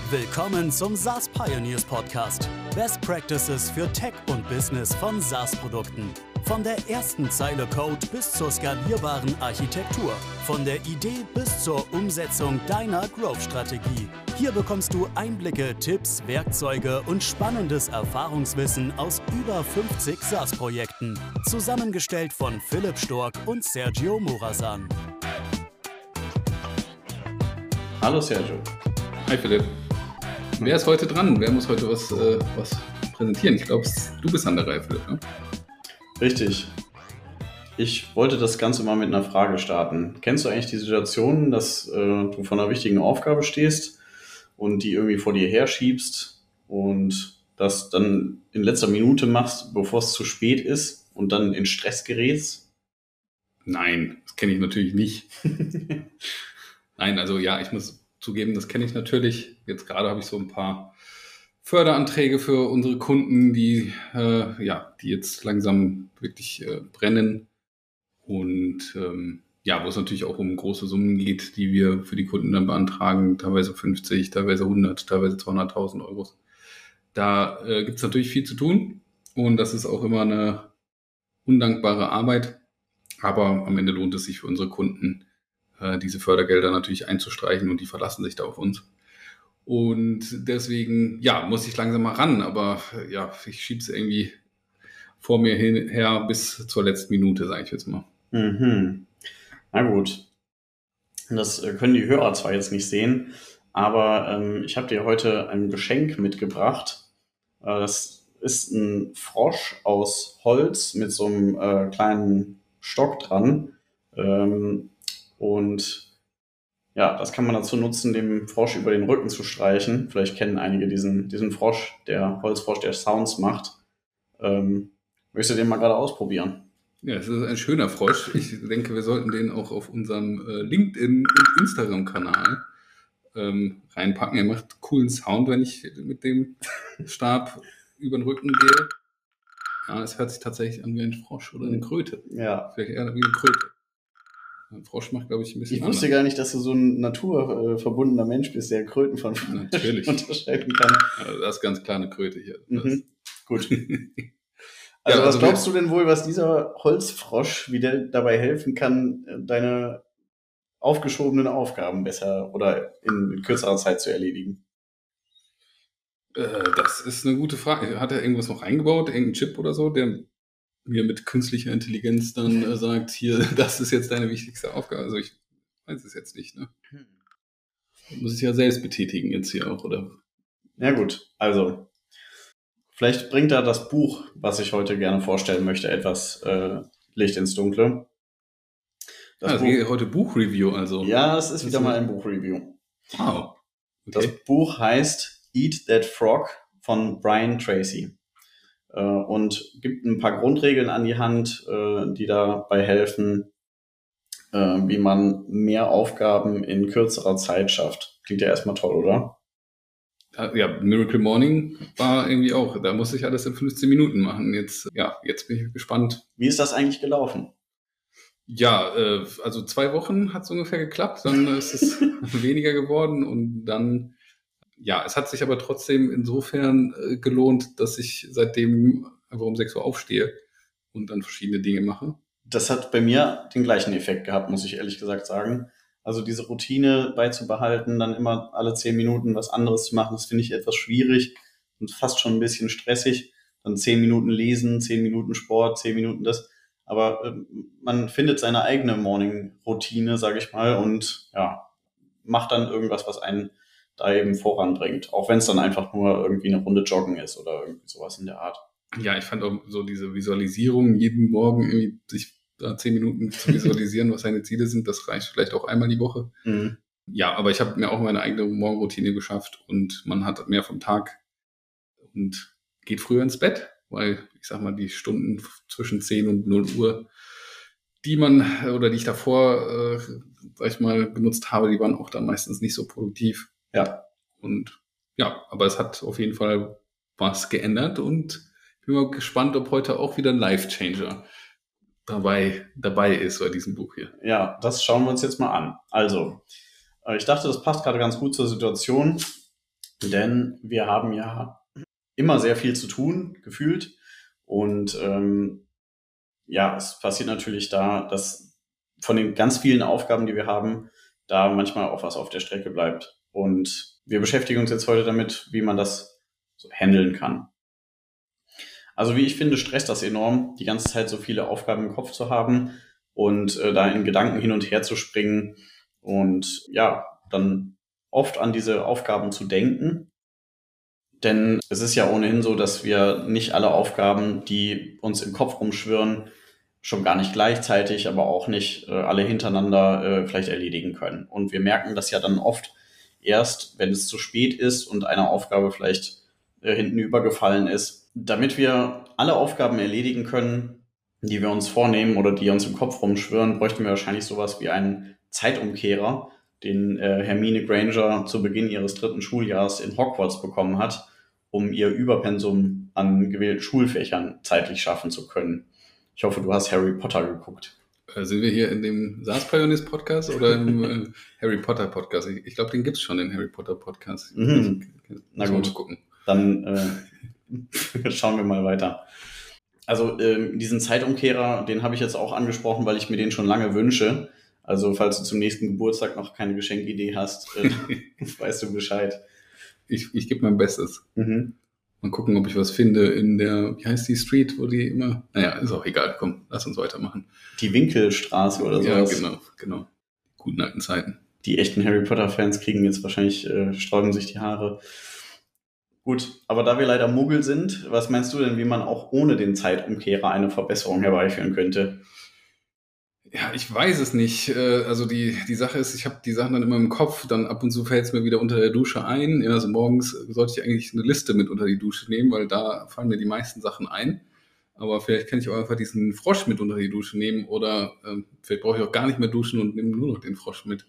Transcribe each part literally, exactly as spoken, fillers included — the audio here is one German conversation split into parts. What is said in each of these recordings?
Willkommen zum SaaS Pioneers Podcast. Best Practices für Tech und Business von SaaS-Produkten. Von der ersten Zeile Code bis zur skalierbaren Architektur. Von der Idee bis zur Umsetzung deiner Growth-Strategie. Hier bekommst du Einblicke, Tipps, Werkzeuge und spannendes Erfahrungswissen aus über fünfzig SaaS-Projekten. Zusammengestellt von Philipp Stork und Sergio Morazan. Hallo Sergio. Hi Philipp. Wer ist heute dran? Wer muss heute was, äh, was präsentieren? Ich glaube, du bist an der Reihe, Philipp. Ne? Richtig. Ich wollte das Ganze mal mit einer Frage starten. Kennst du eigentlich die Situation, dass äh, du vor einer wichtigen Aufgabe stehst und die irgendwie vor dir herschiebst und das dann in letzter Minute machst, bevor es zu spät ist und dann in Stress gerätst? Nein, das kenne ich natürlich nicht. Nein, also ja, ich muss zugeben, das kenne ich natürlich. Jetzt gerade habe ich so ein paar Förderanträge für unsere Kunden, die äh, ja, die jetzt langsam wirklich äh, brennen und ähm, ja, wo es natürlich auch um große Summen geht, die wir für die Kunden dann beantragen, teilweise fünfzig, teilweise hundert, teilweise zweihunderttausend Euro. Da äh, gibt es natürlich viel zu tun und das ist auch immer eine undankbare Arbeit, aber am Ende lohnt es sich für unsere Kunden, diese Fördergelder natürlich einzustreichen und die verlassen sich da auf uns. Und deswegen, ja, muss ich langsam mal ran, aber ja, ich schiebe es irgendwie vor mir hin, her bis zur letzten Minute, sage ich jetzt mal. Mhm. Na gut. Das können die Hörer zwar jetzt nicht sehen, aber ähm, ich habe dir heute ein Geschenk mitgebracht. Äh, das ist ein Frosch aus Holz mit so einem äh, kleinen Stock dran. Ähm, Und ja, das kann man dazu nutzen, dem Frosch über den Rücken zu streichen. Vielleicht kennen einige diesen, diesen Frosch, der Holzfrosch, der Sounds macht. Ähm, möchtest du den mal gerade ausprobieren? Ja, es ist ein schöner Frosch. Ich denke, wir sollten den auch auf unserem äh, LinkedIn- und Instagram-Kanal ähm, reinpacken. Er macht coolen Sound, wenn ich mit dem Stab über den Rücken gehe. Ja, es hört sich tatsächlich an wie ein Frosch oder eine Kröte. Ja. Vielleicht eher wie eine Kröte. Ein Frosch macht, glaube ich, ein bisschen Ich wusste anders. gar nicht, dass du so ein naturverbundener Mensch bist, der Kröten von Natürlich unterscheiden kann. Also das ist ganz klar eine Kröte hier. Mhm. Gut. Also, ja, also was glaubst du denn wohl, was dieser Holzfrosch, wie der dabei helfen kann, deine aufgeschobenen Aufgaben besser oder in kürzerer Zeit zu erledigen? Äh, das ist eine gute Frage. Hat er irgendwas noch eingebaut, irgendeinen Chip oder so, der mir mit künstlicher Intelligenz dann äh, sagt, hier, das ist jetzt deine wichtigste Aufgabe. Also ich weiß es jetzt nicht, ne? Muss ich ja selbst betätigen jetzt hier auch, oder? Ja gut, also vielleicht bringt da das Buch, was ich heute gerne vorstellen möchte, etwas äh, Licht ins Dunkle. Das ah, Buch, heute Buchreview also. Ja, es ist wieder mal ein Buchreview. Wow. Okay. Das Buch heißt Eat That Frog von Brian Tracy äh, und gibt ein paar Grundregeln an die Hand, äh, die dabei helfen, äh, wie man mehr Aufgaben in kürzerer Zeit schafft. Klingt ja erstmal toll, oder? Ja, Miracle Morning war irgendwie auch, da musste ich alles in fünfzehn Minuten machen. Jetzt, ja, jetzt bin ich gespannt. Wie ist das eigentlich gelaufen? Ja, äh, also zwei Wochen hat es ungefähr geklappt, dann ist es weniger geworden und dann, ja, es hat sich aber trotzdem insofern äh, gelohnt, dass ich seitdem einfach um sechs Uhr aufstehe und dann verschiedene Dinge mache. Das hat bei mir den gleichen Effekt gehabt, muss ich ehrlich gesagt sagen. Also diese Routine beizubehalten, dann immer alle zehn Minuten was anderes zu machen, das finde ich etwas schwierig und fast schon ein bisschen stressig. Dann zehn Minuten lesen, zehn Minuten Sport, zehn Minuten das. Aber äh, man findet seine eigene Morning-Routine, sage ich mal, und ja, macht dann irgendwas, was einen da eben voranbringt. Auch wenn es dann einfach nur irgendwie eine Runde joggen ist oder irgendwie sowas in der Art. Ja, ich fand auch so diese Visualisierung, jeden Morgen irgendwie sich da zehn Minuten zu visualisieren, was seine Ziele sind, das reicht vielleicht auch einmal die Woche. Mhm. Ja, aber ich habe mir auch meine eigene Morgenroutine geschafft und man hat mehr vom Tag und geht früher ins Bett, weil ich sag mal, die Stunden zwischen zehn und null Uhr, die man oder die ich davor, äh, sag ich mal, genutzt habe, die waren auch dann meistens nicht so produktiv. Ja. Und ja, aber es hat auf jeden Fall was geändert und ich bin mal gespannt, ob heute auch wieder ein Life-Changer dabei, dabei ist bei diesem Buch hier. Ja, das schauen wir uns jetzt mal an. Also, ich dachte, das passt gerade ganz gut zur Situation. Denn wir haben ja immer sehr viel zu tun, gefühlt. Und ähm, ja, es passiert natürlich da, dass von den ganz vielen Aufgaben, die wir haben, da manchmal auch was auf der Strecke bleibt. Und wir beschäftigen uns jetzt heute damit, wie man das so handeln kann. Also wie ich finde, stresst das enorm, die ganze Zeit so viele Aufgaben im Kopf zu haben und äh, da in Gedanken hin und her zu springen und ja, dann oft an diese Aufgaben zu denken. Denn es ist ja ohnehin so, dass wir nicht alle Aufgaben, die uns im Kopf rumschwirren, schon gar nicht gleichzeitig, aber auch nicht äh, alle hintereinander äh, vielleicht erledigen können. Und wir merken das ja dann oft erst, wenn es zu spät ist und eine Aufgabe vielleicht äh, hinten übergefallen ist. Damit wir alle Aufgaben erledigen können, die wir uns vornehmen oder die uns im Kopf rumschwirren, bräuchten wir wahrscheinlich sowas wie einen Zeitumkehrer, den äh, Hermine Granger zu Beginn ihres dritten Schuljahres in Hogwarts bekommen hat, um ihr Überpensum an gewählten Schulfächern zeitlich schaffen zu können. Ich hoffe, du hast Harry Potter geguckt. Äh, sind wir hier in dem SaaS Pioneers Podcast oder im äh, Harry Potter Podcast? Ich, ich glaube, den gibt es schon, den Harry Potter Podcast. Mhm. Ich, ich, Na gut, gucken. Dann äh, schauen wir mal weiter. Also äh, diesen Zeitumkehrer, den habe ich jetzt auch angesprochen, weil ich mir den schon lange wünsche. Also falls du zum nächsten Geburtstag noch keine Geschenkidee hast, äh, weißt du Bescheid. Ich, ich gebe mein Bestes. Mhm. Mal gucken, ob ich was finde in der, wie heißt die Street, wo die immer, naja, ist auch egal, komm, lass uns weitermachen. Die Winkelstraße oder sowas. Ja, genau, genau. Guten alten Zeiten. Die echten Harry Potter-Fans kriegen jetzt wahrscheinlich, äh, sträuben sich die Haare. Gut, aber da wir leider Muggel sind, was meinst du denn, wie man auch ohne den Zeitumkehrer eine Verbesserung herbeiführen könnte? Ja, ich weiß es nicht. Also die, die Sache ist, ich habe die Sachen dann immer im Kopf, dann ab und zu fällt es mir wieder unter der Dusche ein. Also morgens sollte ich eigentlich eine Liste mit unter die Dusche nehmen, weil da fallen mir die meisten Sachen ein. Aber vielleicht kann ich auch einfach diesen Frosch mit unter die Dusche nehmen oder ähm, vielleicht brauche ich auch gar nicht mehr duschen und nehme nur noch den Frosch mit.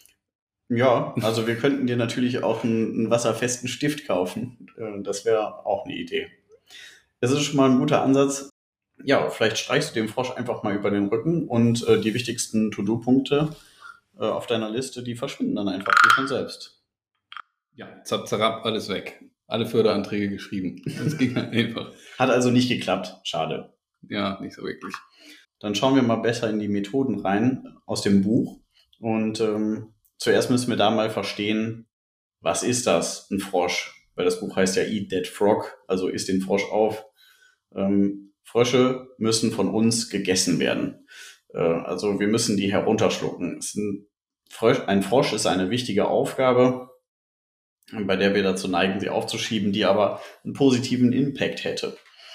Ja, also wir könnten dir natürlich auch einen, einen wasserfesten Stift kaufen. Das wäre auch eine Idee. Das ist schon mal ein guter Ansatz. Ja, vielleicht streichst du dem Frosch einfach mal über den Rücken und äh, die wichtigsten To-Do-Punkte äh, auf deiner Liste, die verschwinden dann einfach wie von selbst. Ja, zap, zarab, alles weg. Alle Förderanträge geschrieben. Das ging einfach. Hat also nicht geklappt. Schade. Ja, nicht so wirklich. Dann schauen wir mal besser in die Methoden rein aus dem Buch. Und ähm, zuerst müssen wir da mal verstehen, was ist das, ein Frosch? Weil das Buch heißt ja Eat That Frog, also isst den Frosch auf. Ähm, Frösche müssen von uns gegessen werden. Äh, also wir müssen die herunterschlucken. Es ist ein, Frosch, ein Frosch ist eine wichtige Aufgabe, bei der wir dazu neigen, sie aufzuschieben, die aber einen positiven Impact hätte.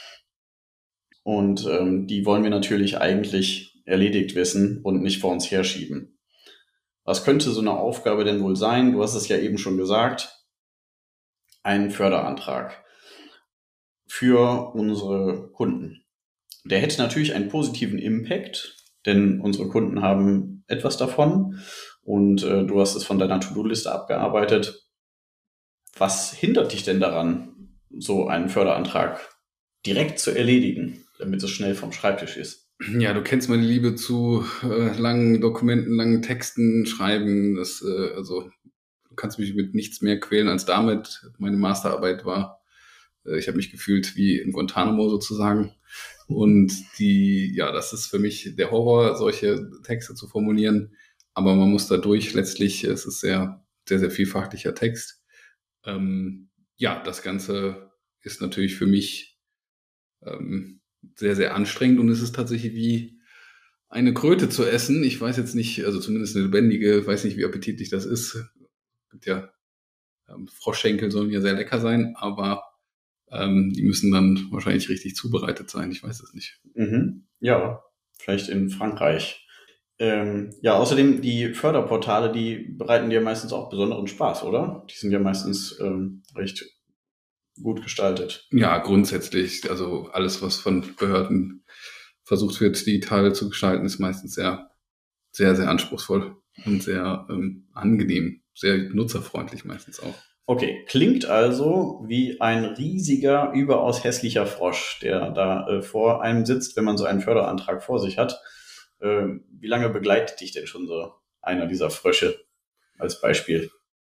Und ähm, die wollen wir natürlich eigentlich erledigt wissen und nicht vor uns herschieben. Was könnte so eine Aufgabe denn wohl sein? Du hast es ja eben schon gesagt. Ein Förderantrag für unsere Kunden. Der hätte natürlich einen positiven Impact, denn unsere Kunden haben etwas davon und äh, du hast es von deiner To-Do-Liste abgearbeitet. Was hindert dich denn daran, so einen Förderantrag direkt zu erledigen, damit es schnell vom Schreibtisch ist? Ja, du kennst meine Liebe zu äh, langen Dokumenten, langen Texten, Schreiben. Das, äh, also du kannst mich mit nichts mehr quälen als damit. Meine Masterarbeit war, äh, ich habe mich gefühlt wie in Guantanamo sozusagen. Und die, ja, das ist für mich der Horror, solche Texte zu formulieren. Aber man muss da durch. Letztlich, es ist sehr, sehr, sehr vielfachlicher Text. Ähm, ja, das Ganze ist natürlich für mich ähm, sehr, sehr anstrengend und es ist tatsächlich wie eine Kröte zu essen. Ich weiß jetzt nicht, also zumindest eine lebendige, weiß nicht, wie appetitlich das ist. Es gibt ja, ähm, Froschschenkel sollen ja sehr lecker sein, aber ähm, die müssen dann wahrscheinlich richtig zubereitet sein. Ich weiß es nicht. Mhm. Ja, vielleicht in Frankreich. Ähm, ja, außerdem die Förderportale, die bereiten dir meistens auch besonderen Spaß, oder? Die sind ja meistens ähm, recht gut gestaltet. Ja, grundsätzlich. Also alles, was von Behörden versucht wird, digital zu gestalten, ist meistens sehr, sehr, sehr anspruchsvoll und sehr ähm, angenehm, sehr nutzerfreundlich meistens auch. Okay, klingt also wie ein riesiger, überaus hässlicher Frosch, der da äh, vor einem sitzt, wenn man so einen Förderantrag vor sich hat. Äh, wie lange begleitet dich denn schon so einer dieser Frösche als Beispiel?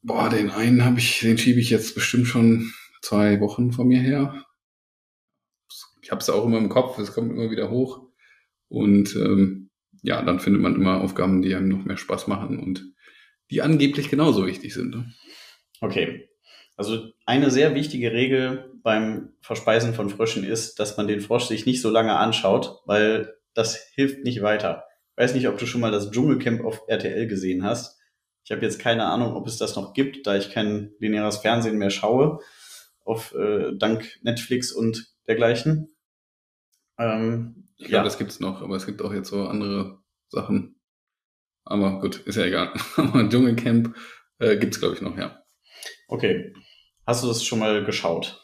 Boah, den einen habe ich, den schiebe ich jetzt bestimmt schon zwei Wochen von mir her. Ich habe es auch immer im Kopf, es kommt immer wieder hoch. Und ähm, ja, dann findet man immer Aufgaben, die einem noch mehr Spaß machen und die angeblich genauso wichtig sind. Ne? Okay. Also eine sehr wichtige Regel beim Verspeisen von Fröschen ist, dass man den Frosch sich nicht so lange anschaut, weil das hilft nicht weiter. Ich weiß nicht, ob du schon mal das Dschungelcamp auf R T L gesehen hast. Ich habe jetzt keine Ahnung, ob es das noch gibt, da ich kein lineares Fernsehen mehr schaue, auf äh, dank Netflix und dergleichen. Ähm, ich glaube, ja. Das gibt's noch, aber es gibt auch jetzt so andere Sachen. Aber gut, ist ja egal. Aber Dschungelcamp äh, gibt's, glaube ich, noch, ja. Okay. Hast du das schon mal geschaut?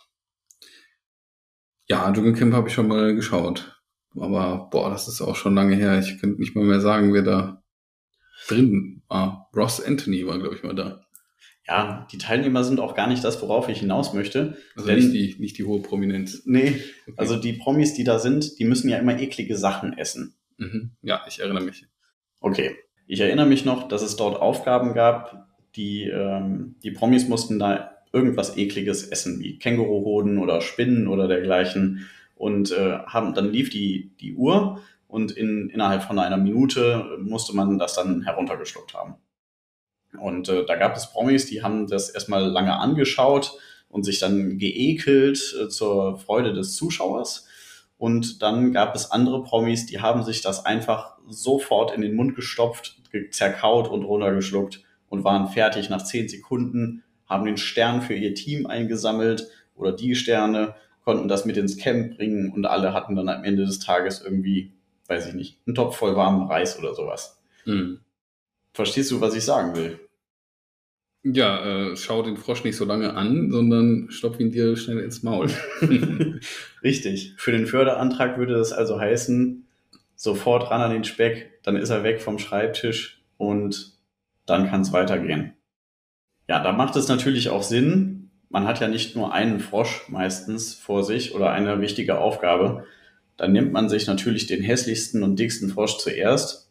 Ja, Dschungelcamp habe ich schon mal geschaut. Aber boah, das ist auch schon lange her. Ich könnte nicht mal mehr sagen, wer da drin war. Ross Anthony war, glaube ich, mal da. Ja, die Teilnehmer sind auch gar nicht das, worauf ich hinaus möchte. Also denn, nicht, die, nicht die hohe Prominenz. Nee, okay. Also die Promis, die da sind, die müssen ja immer eklige Sachen essen. Mhm. Ja, ich erinnere mich. Okay, ich erinnere mich noch, dass es dort Aufgaben gab, die, ähm, die Promis mussten da irgendwas Ekliges essen, wie Känguruhoden oder Spinnen oder dergleichen. Und äh, haben, dann lief die, die Uhr und in, innerhalb von einer Minute musste man das dann heruntergeschluckt haben. Und äh, da gab es Promis, die haben das erstmal lange angeschaut und sich dann geekelt äh, zur Freude des Zuschauers. Und dann gab es andere Promis, die haben sich das einfach sofort in den Mund gestopft, zerkaut und runtergeschluckt und waren fertig nach zehn Sekunden, haben den Stern für ihr Team eingesammelt oder die Sterne, konnten das mit ins Camp bringen und alle hatten dann am Ende des Tages irgendwie, weiß ich nicht, einen Topf voll warmen Reis oder sowas. Mhm. Verstehst du, was ich sagen will? Ja, äh, schau den Frosch nicht so lange an, sondern stopf ihn dir schnell ins Maul. Richtig. Für den Förderantrag würde das also heißen, sofort ran an den Speck, dann ist er weg vom Schreibtisch und dann kann es weitergehen. Ja, da macht es natürlich auch Sinn. Man hat ja nicht nur einen Frosch meistens vor sich oder eine wichtige Aufgabe. Dann nimmt man sich natürlich den hässlichsten und dicksten Frosch zuerst.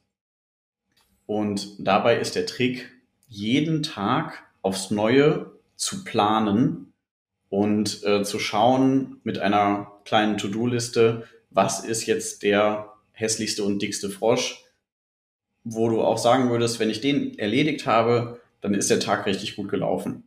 Und dabei ist der Trick, jeden Tag aufs Neue zu planen und äh, zu schauen mit einer kleinen To-Do-Liste, was ist jetzt der hässlichste und dickste Frosch, wo du auch sagen würdest, wenn ich den erledigt habe, dann ist der Tag richtig gut gelaufen.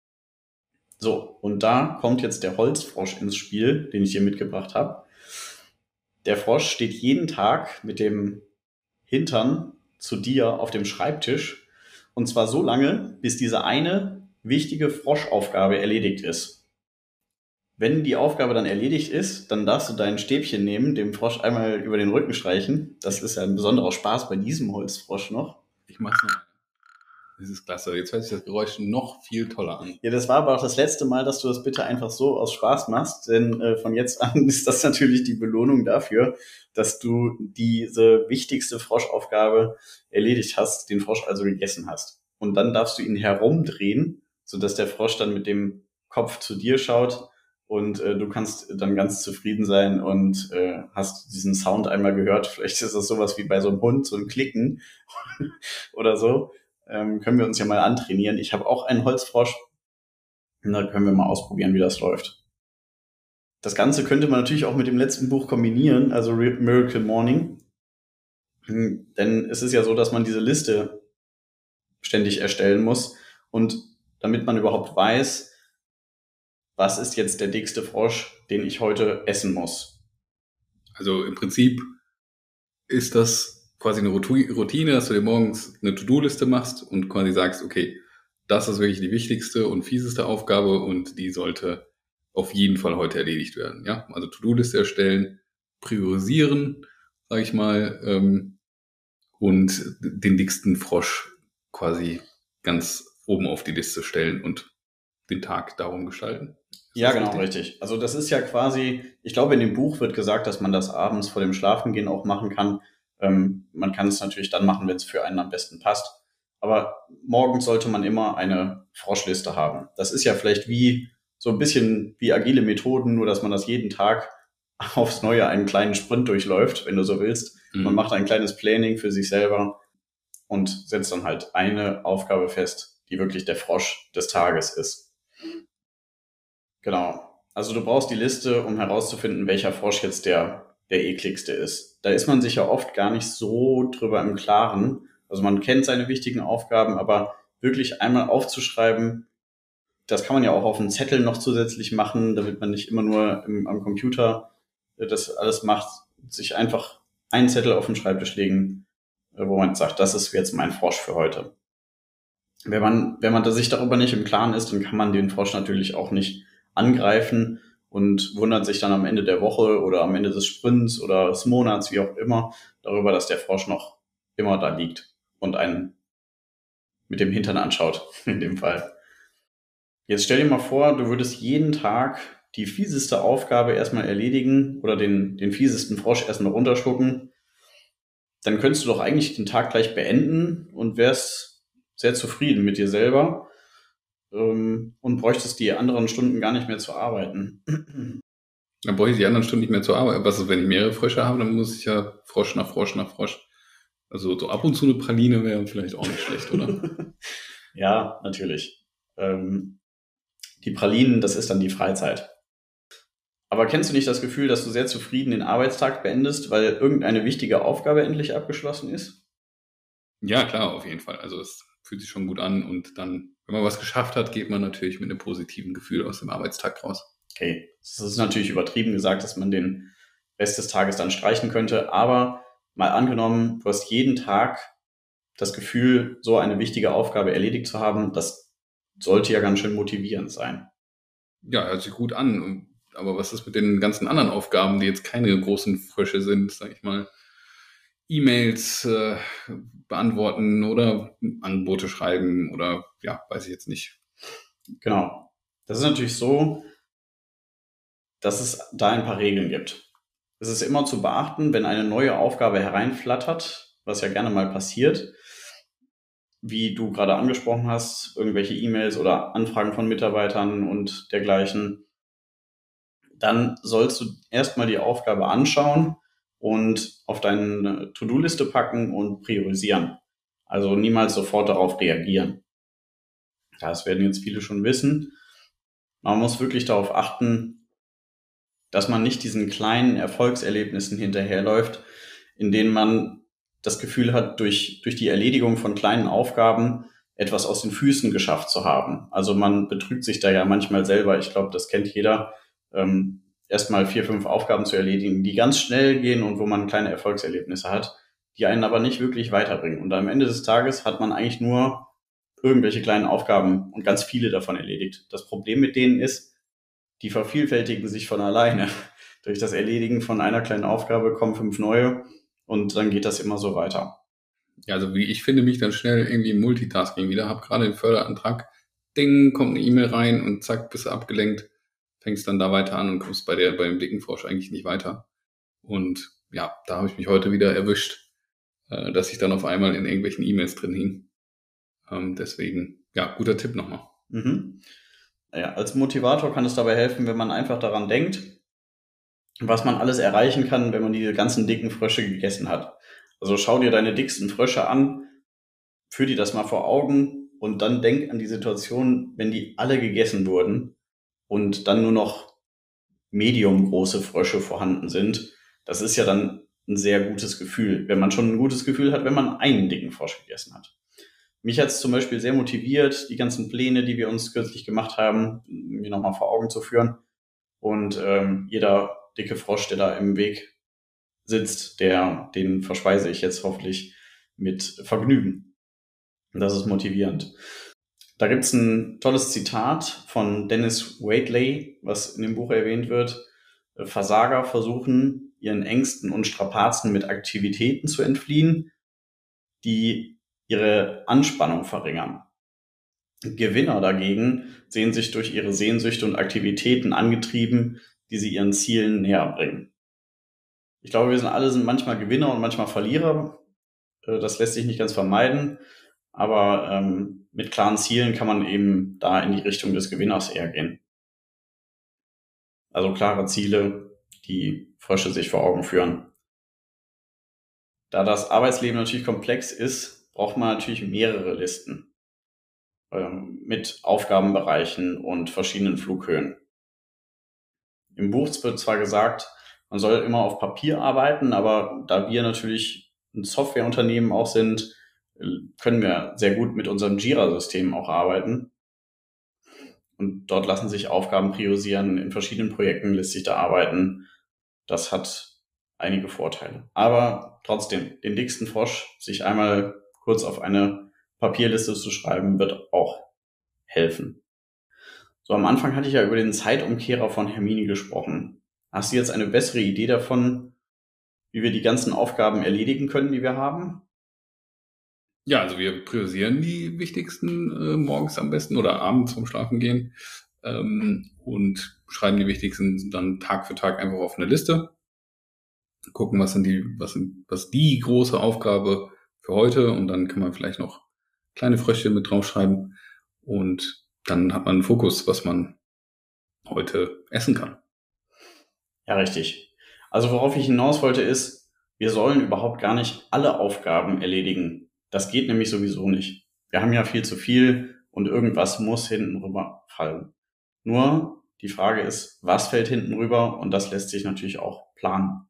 So, und da kommt jetzt der Holzfrosch ins Spiel, den ich hier mitgebracht habe. Der Frosch steht jeden Tag mit dem Hintern zu dir auf dem Schreibtisch und zwar so lange, bis diese eine wichtige Froschaufgabe erledigt ist. Wenn die Aufgabe dann erledigt ist, dann darfst du dein Stäbchen nehmen, dem Frosch einmal über den Rücken streichen. Das ist ja ein besonderer Spaß bei diesem Holzfrosch noch. Ich mach's noch. Das ist klasse. Jetzt hört sich das Geräusch noch viel toller an. Ja, das war aber auch das letzte Mal, dass du das bitte einfach so aus Spaß machst, denn äh, von jetzt an ist das natürlich die Belohnung dafür, dass du diese wichtigste Froschaufgabe erledigt hast, den Frosch also gegessen hast. Und dann darfst du ihn herumdrehen, sodass der Frosch dann mit dem Kopf zu dir schaut und äh, du kannst dann ganz zufrieden sein und äh, hast diesen Sound einmal gehört. Vielleicht ist das sowas wie bei so einem Hund, so ein Klicken oder so. Ähm, können wir uns ja mal antrainieren. Ich habe auch einen Holzfrosch. Und da können wir mal ausprobieren, wie das läuft. Das Ganze könnte man natürlich auch mit dem letzten Buch kombinieren, also Miracle Morning. Denn es ist ja so, dass man diese Liste ständig erstellen muss. Und damit man überhaupt weiß, was ist jetzt der dickste Frosch, den ich heute essen muss. Also im Prinzip ist das quasi eine Routine, dass du dir morgens eine To-Do-Liste machst und quasi sagst, okay, das ist wirklich die wichtigste und fieseste Aufgabe und die sollte auf jeden Fall heute erledigt werden. Ja, also To-Do-Liste erstellen, priorisieren, sage ich mal, ähm, und den dicksten Frosch quasi ganz oben auf die Liste stellen und den Tag darum gestalten. Ja, genau, richtig? richtig. Also das ist ja quasi, ich glaube, in dem Buch wird gesagt, dass man das abends vor dem Schlafengehen auch machen kann. Ähm, man kann es natürlich dann machen, wenn es für einen am besten passt. Aber morgens sollte man immer eine Froschliste haben. Das ist ja vielleicht wie so ein bisschen wie agile Methoden, nur dass man das jeden Tag aufs Neue einen kleinen Sprint durchläuft, wenn du so willst. Mhm. Man macht ein kleines Planning für sich selber und setzt dann halt eine Aufgabe fest, die wirklich der Frosch des Tages ist. Genau. Also du brauchst die Liste, um herauszufinden, welcher Frosch jetzt der, der ekligste ist. Da ist man sich ja oft gar nicht so drüber im Klaren. Also man kennt seine wichtigen Aufgaben, aber wirklich einmal aufzuschreiben, das kann man ja auch auf einen Zettel noch zusätzlich machen, damit man nicht immer nur im, am Computer das alles macht, sich einfach einen Zettel auf den Schreibtisch legen, wo man sagt, das ist jetzt mein Frosch für heute. Wenn man, wenn man sich darüber nicht im Klaren ist, dann kann man den Frosch natürlich auch nicht angreifen und wundert sich dann am Ende der Woche oder am Ende des Sprints oder des Monats, wie auch immer, darüber, dass der Frosch noch immer da liegt und einen mit dem Hintern anschaut, in dem Fall. Jetzt stell dir mal vor, du würdest jeden Tag die fieseste Aufgabe erstmal erledigen oder den, den fiesesten Frosch erstmal runterschlucken. Dann könntest du doch eigentlich den Tag gleich beenden und wärst sehr zufrieden mit dir selber ähm, und bräuchtest die anderen Stunden gar nicht mehr zu arbeiten. Dann brauche ich die anderen Stunden nicht mehr zu arbeiten. Was ist, wenn ich mehrere Frösche habe, dann muss ich ja Frosch nach Frosch nach Frosch. Also so ab und zu eine Praline wäre vielleicht auch nicht schlecht, oder? Ja, natürlich. Ähm, die Pralinen, das ist dann die Freizeit. Aber kennst du nicht das Gefühl, dass du sehr zufrieden den Arbeitstag beendest, weil irgendeine wichtige Aufgabe endlich abgeschlossen ist? Ja, klar, auf jeden Fall. Also es fühlt sich schon gut an und dann, wenn man was geschafft hat, geht man natürlich mit einem positiven Gefühl aus dem Arbeitstag raus. Okay, es ist natürlich übertrieben gesagt, dass man den Rest des Tages dann streichen könnte, aber mal angenommen, du hast jeden Tag das Gefühl, so eine wichtige Aufgabe erledigt zu haben, das sollte ja ganz schön motivierend sein. Ja, hört sich gut an. Aber was ist mit den ganzen anderen Aufgaben, die jetzt keine großen Frösche sind, sag ich mal, E-Mails äh, beantworten oder Angebote schreiben oder ja, weiß ich jetzt nicht. Genau. Das ist natürlich so, dass es da ein paar Regeln gibt. Es ist immer zu beachten, wenn eine neue Aufgabe hereinflattert, was ja gerne mal passiert, wie du gerade angesprochen hast, irgendwelche E-Mails oder Anfragen von Mitarbeitern und dergleichen, dann sollst du erstmal die Aufgabe anschauen und auf deine To-Do-Liste packen und priorisieren. Also niemals sofort darauf reagieren. Das werden jetzt viele schon wissen. Man muss wirklich darauf achten, dass man nicht diesen kleinen Erfolgserlebnissen hinterherläuft, in denen man das Gefühl hat, durch, durch die Erledigung von kleinen Aufgaben etwas aus den Füßen geschafft zu haben. Also man betrügt sich da ja manchmal selber. Ich glaube, das kennt jeder. Ähm, erstmal vier, fünf Aufgaben zu erledigen, die ganz schnell gehen und wo man kleine Erfolgserlebnisse hat, die einen aber nicht wirklich weiterbringen. Und am Ende des Tages hat man eigentlich nur irgendwelche kleinen Aufgaben und ganz viele davon erledigt. Das Problem mit denen ist, die vervielfältigen sich von alleine. Durch das Erledigen von einer kleinen Aufgabe kommen fünf neue und dann geht das immer so weiter. Ja, also wie ich finde mich dann schnell irgendwie im Multitasking wieder, habe gerade den Förderantrag, ding, kommt eine E-Mail rein und zack, bist du abgelenkt, fängst dann da weiter an und kommst bei der beim dicken Frosch eigentlich nicht weiter. Und ja, da habe ich mich heute wieder erwischt, äh, dass ich dann auf einmal in irgendwelchen E-Mails drin hing. Ähm, deswegen, ja, guter Tipp nochmal. Mhm. Ja, als Motivator kann es dabei helfen, wenn man einfach daran denkt, was man alles erreichen kann, wenn man diese ganzen dicken Frösche gegessen hat. Also schau dir deine dicksten Frösche an, führ dir das mal vor Augen und dann denk an die Situation, wenn die alle gegessen wurden und dann nur noch medium große Frösche vorhanden sind. Das ist ja dann ein sehr gutes Gefühl, wenn man schon ein gutes Gefühl hat, wenn man einen dicken Frosch gegessen hat. Mich hat es zum Beispiel sehr motiviert, die ganzen Pläne, die wir uns kürzlich gemacht haben, mir nochmal vor Augen zu führen. Und ähm, jeder dicke Frosch, der da im Weg sitzt, der, den verspeise ich jetzt hoffentlich mit Vergnügen. Und das ist motivierend. Da gibt's ein tolles Zitat von Dennis Waitley, was in dem Buch erwähnt wird. Versager versuchen, ihren Ängsten und Strapazen mit Aktivitäten zu entfliehen, die ihre Anspannung verringern. Gewinner dagegen sehen sich durch ihre Sehnsüchte und Aktivitäten angetrieben, die sie ihren Zielen näher bringen. Ich glaube, wir sind alle sind manchmal Gewinner und manchmal Verlierer. Das lässt sich nicht ganz vermeiden, aber ähm, mit klaren Zielen kann man eben da in die Richtung des Gewinners eher gehen. Also klare Ziele, die Frösche sich vor Augen führen. Da das Arbeitsleben natürlich komplex ist, braucht man natürlich mehrere Listen. ähm, mit Aufgabenbereichen und verschiedenen Flughöhen. Im Buch wird zwar gesagt, man soll immer auf Papier arbeiten, aber da wir natürlich ein Softwareunternehmen auch sind, können wir sehr gut mit unserem Jira-System auch arbeiten. Und dort lassen sich Aufgaben priorisieren, in verschiedenen Projekten lässt sich da arbeiten. Das hat einige Vorteile. Aber trotzdem, den dicksten Frosch, sich einmal kurz auf eine Papierliste zu schreiben, wird auch helfen. So, am Anfang hatte ich ja über den Zeitumkehrer von Hermine gesprochen. Hast du jetzt eine bessere Idee davon, wie wir die ganzen Aufgaben erledigen können, die wir haben? Ja, also wir priorisieren die wichtigsten äh, morgens am besten oder abends vom Schlafen gehen ähm, und schreiben die wichtigsten dann Tag für Tag einfach auf eine Liste. Gucken, was sind die, was sind, was die große Aufgabe für heute, und dann kann man vielleicht noch kleine Frösche mit draufschreiben und dann hat man einen Fokus, was man heute essen kann. Ja, richtig. Also worauf ich hinaus wollte ist, wir sollen überhaupt gar nicht alle Aufgaben erledigen. Das geht nämlich sowieso nicht. Wir haben ja viel zu viel und irgendwas muss hinten rüber fallen. Nur die Frage ist, was fällt hinten rüber, und das lässt sich natürlich auch planen.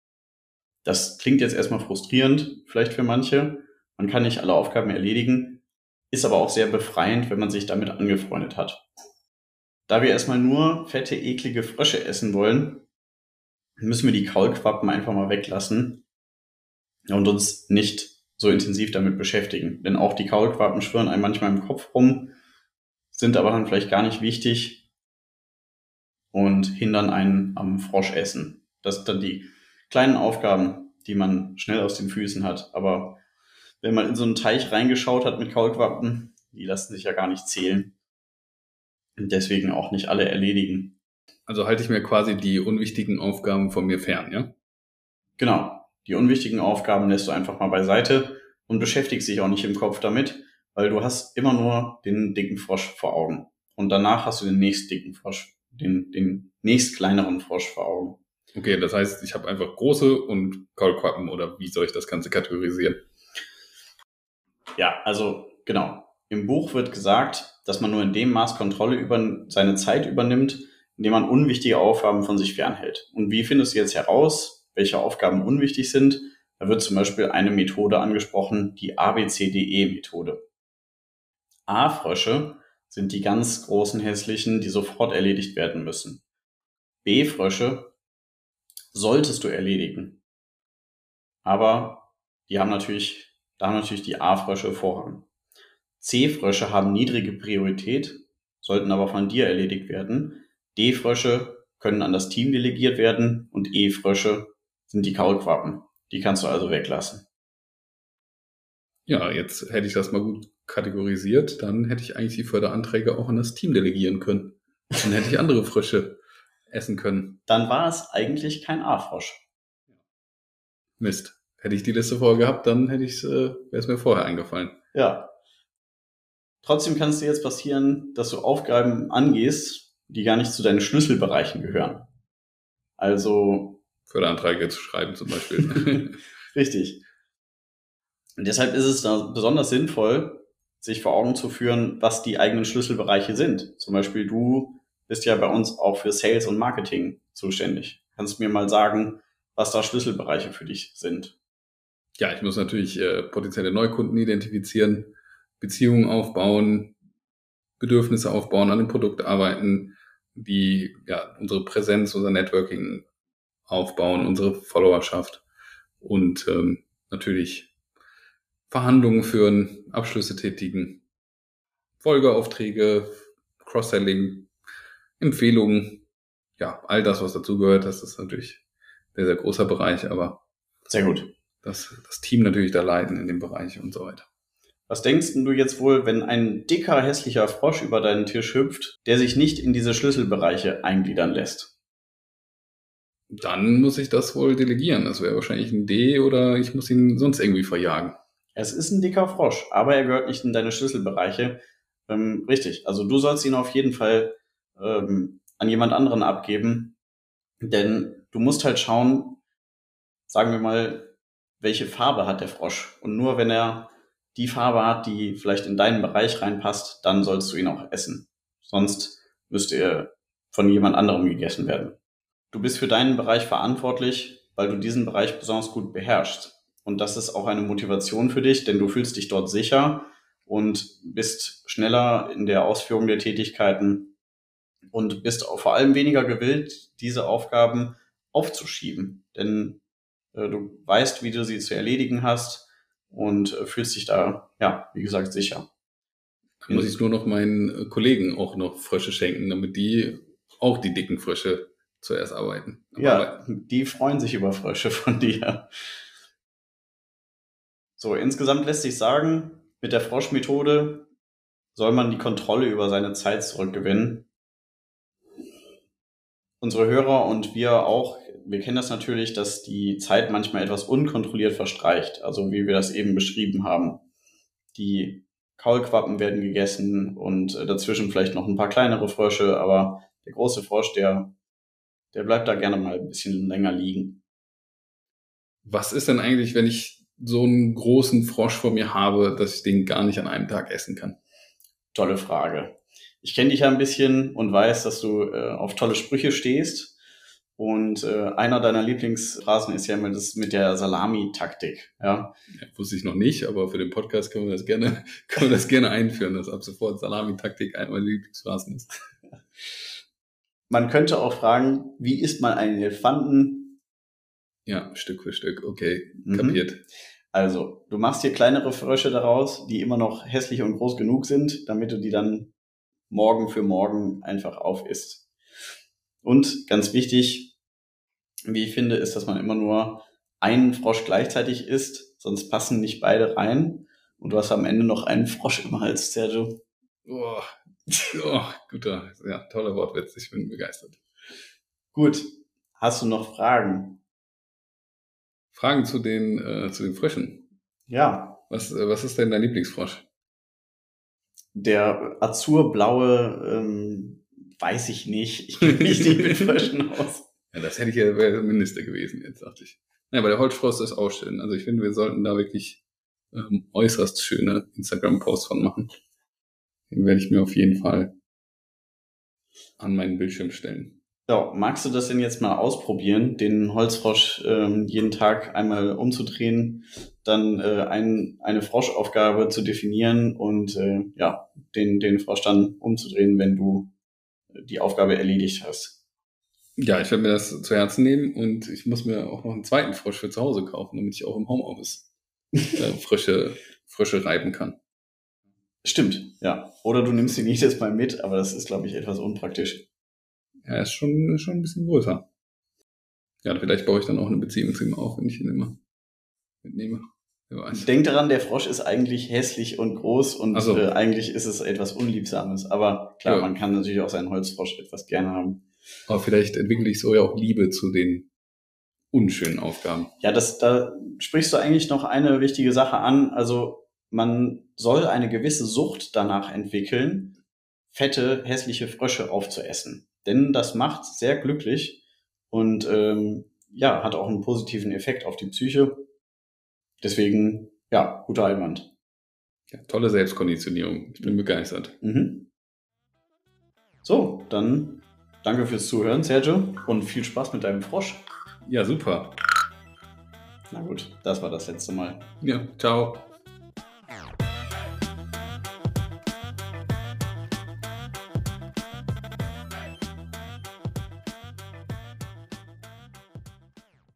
Das klingt jetzt erstmal frustrierend, vielleicht für manche. Man kann nicht alle Aufgaben erledigen, ist aber auch sehr befreiend, wenn man sich damit angefreundet hat. Da wir erstmal nur fette, eklige Frösche essen wollen, müssen wir die Kaulquappen einfach mal weglassen und uns nicht so intensiv damit beschäftigen. Denn auch die Kaulquappen schwirren einem manchmal im Kopf rum, sind aber dann vielleicht gar nicht wichtig und hindern einen am Froschessen. Das sind dann die kleinen Aufgaben, die man schnell aus den Füßen hat. Aber wenn man in so einen Teich reingeschaut hat mit Kaulquappen, die lassen sich ja gar nicht zählen und deswegen auch nicht alle erledigen. Also halte ich mir quasi die unwichtigen Aufgaben von mir fern, ja? Genau. Die unwichtigen Aufgaben lässt du einfach mal beiseite und beschäftigst dich auch nicht im Kopf damit, weil du hast immer nur den dicken Frosch vor Augen. Und danach hast du den nächst dicken Frosch, den, den nächst kleineren Frosch vor Augen. Okay, das heißt, ich habe einfach große und Kaulquappen, oder wie soll ich das Ganze kategorisieren? Ja, also genau. Im Buch wird gesagt, dass man nur in dem Maß Kontrolle über seine Zeit übernimmt, indem man unwichtige Aufgaben von sich fernhält. Und wie findest du jetzt heraus, welche Aufgaben unwichtig sind? Da wird zum Beispiel eine Methode angesprochen, die A B C D E-Methode. A-Frösche sind die ganz großen hässlichen, die sofort erledigt werden müssen. B-Frösche solltest du erledigen. Aber die haben natürlich, da haben natürlich die A-Frösche Vorrang. C-Frösche haben niedrige Priorität, sollten aber von dir erledigt werden. D-Frösche können an das Team delegiert werden und E-Frösche sind die Kaulquappen. Die kannst du also weglassen. Ja, jetzt hätte ich das mal gut kategorisiert, dann hätte ich eigentlich die Förderanträge auch an das Team delegieren können. Dann hätte ich andere Frösche essen können. Dann war es eigentlich kein A-Frosch. Mist. Hätte ich die Liste vorher gehabt, dann hätte ich, äh, wäre es mir vorher eingefallen. Ja. Trotzdem kann es dir jetzt passieren, dass du Aufgaben angehst, die gar nicht zu deinen Schlüsselbereichen gehören. Also Förderanträge zu schreiben zum Beispiel. Richtig. Und deshalb ist es da besonders sinnvoll, sich vor Augen zu führen, was die eigenen Schlüsselbereiche sind. Zum Beispiel du bist ja bei uns auch für Sales und Marketing zuständig. Kannst du mir mal sagen, was da Schlüsselbereiche für dich sind? Ja, ich muss natürlich äh, potenzielle Neukunden identifizieren, Beziehungen aufbauen, Bedürfnisse aufbauen, an dem Produkt arbeiten, die ja unsere Präsenz, unser Networking aufbauen, unsere Followerschaft und ähm, natürlich Verhandlungen führen, Abschlüsse tätigen, Folgeaufträge, Cross-Selling, Empfehlungen, ja, all das, was dazugehört, das ist natürlich ein sehr, sehr großer Bereich, aber sehr gut. Das, das Team natürlich da leiten in dem Bereich und so weiter. Was denkst du jetzt wohl, wenn ein dicker, hässlicher Frosch über deinen Tisch hüpft, der sich nicht in diese Schlüsselbereiche eingliedern lässt? Dann muss ich das wohl delegieren. Das wäre wahrscheinlich ein D, oder ich muss ihn sonst irgendwie verjagen. Es ist ein dicker Frosch, aber er gehört nicht in deine Schlüsselbereiche. Ähm, richtig, also du sollst ihn auf jeden Fall ähm, an jemand anderen abgeben, denn du musst halt schauen, sagen wir mal, welche Farbe hat der Frosch. Und nur wenn er die Farbe hat, die vielleicht in deinen Bereich reinpasst, dann sollst du ihn auch essen. Sonst müsste er von jemand anderem gegessen werden. Du bist für deinen Bereich verantwortlich, weil du diesen Bereich besonders gut beherrschst. Und das ist auch eine Motivation für dich, denn du fühlst dich dort sicher und bist schneller in der Ausführung der Tätigkeiten und bist auch vor allem weniger gewillt, diese Aufgaben aufzuschieben. Denn äh, du weißt, wie du sie zu erledigen hast und äh, fühlst dich da, ja, wie gesagt, sicher. Dann muss ich nur noch meinen Kollegen auch noch Frösche schenken, damit die auch die dicken Frösche zuerst arbeiten. Ja, die freuen sich über Frösche von dir. So, insgesamt lässt sich sagen, mit der Froschmethode soll man die Kontrolle über seine Zeit zurückgewinnen. Unsere Hörer und wir auch, wir kennen das natürlich, dass die Zeit manchmal etwas unkontrolliert verstreicht, also wie wir das eben beschrieben haben. Die Kaulquappen werden gegessen und dazwischen vielleicht noch ein paar kleinere Frösche, aber der große Frosch, der, der bleibt da gerne mal ein bisschen länger liegen. Was ist denn eigentlich, wenn ich so einen großen Frosch vor mir habe, dass ich den gar nicht an einem Tag essen kann? Tolle Frage. Ich kenne dich ja ein bisschen und weiß, dass du äh, auf tolle Sprüche stehst. Und äh, einer deiner Lieblingsphrasen ist ja immer das mit der Salami-Taktik. Ja? Ja, wusste ich noch nicht, aber für den Podcast können wir das gerne, können wir das gerne einführen, dass ab sofort Salami-Taktik eine meiner Lieblingsphrasen ist. Man könnte auch fragen, wie isst man einen Elefanten? Ja, Stück für Stück, okay, kapiert. Mhm. Also, du machst hier kleinere Frösche daraus, die immer noch hässlich und groß genug sind, damit du die dann Morgen für Morgen einfach aufisst. Und ganz wichtig, wie ich finde, ist, dass man immer nur einen Frosch gleichzeitig isst, sonst passen nicht beide rein. Und du hast am Ende noch einen Frosch im Hals, Sergio. Oh, oh, guter, ja, toller Wortwitz, ich bin begeistert. Gut, hast du noch Fragen? Fragen zu den, äh, zu den Fröschen. Ja. Was, äh, was ist denn dein Lieblingsfrosch? Der azurblaue, ähm, weiß ich nicht. Ich kenne mich nicht mit Fröschen aus. Ja, das hätte ich ja, wäre Mindeste gewesen, jetzt dachte ich. Ja, aber der Holzfrosch ist auch schön. Also ich finde, wir sollten da wirklich ähm, äußerst schöne Instagram-Posts von machen. Den werde ich mir auf jeden Fall an meinen Bildschirm stellen. Ja, magst du das denn jetzt mal ausprobieren, den Holzfrosch ähm, jeden Tag einmal umzudrehen, dann äh, ein, eine Froschaufgabe zu definieren und äh, ja, den, den Frosch dann umzudrehen, wenn du die Aufgabe erledigt hast? Ja, ich werde mir das zu Herzen nehmen und ich muss mir auch noch einen zweiten Frosch für zu Hause kaufen, damit ich auch im Homeoffice äh, Frösche, Frösche reiben kann. Stimmt, ja. Oder du nimmst ihn jedes Mal mit, aber das ist, glaube ich, etwas unpraktisch. Ja, er ist schon, schon ein bisschen größer. Ja, vielleicht baue ich dann auch eine Beziehung zu ihm auf, wenn ich ihn immer mitnehme. Denk daran, der Frosch ist eigentlich hässlich und groß und so. äh, eigentlich ist es etwas Unliebsames. Aber klar, ja. Man kann natürlich auch seinen Holzfrosch etwas gerne haben. Aber vielleicht entwickle ich so ja auch Liebe zu den unschönen Aufgaben. Ja, das, da sprichst du eigentlich noch eine wichtige Sache an. Also man soll eine gewisse Sucht danach entwickeln, fette, hässliche Frösche aufzuessen. Denn das macht sehr glücklich und ähm, ja, hat auch einen positiven Effekt auf die Psyche. Deswegen, ja, guter Einwand. Ja, tolle Selbstkonditionierung. Ich bin begeistert. Mhm. So, dann danke fürs Zuhören, Sergio, und viel Spaß mit deinem Frosch. Ja, super. Na gut, das war das letzte Mal. Ja, ciao.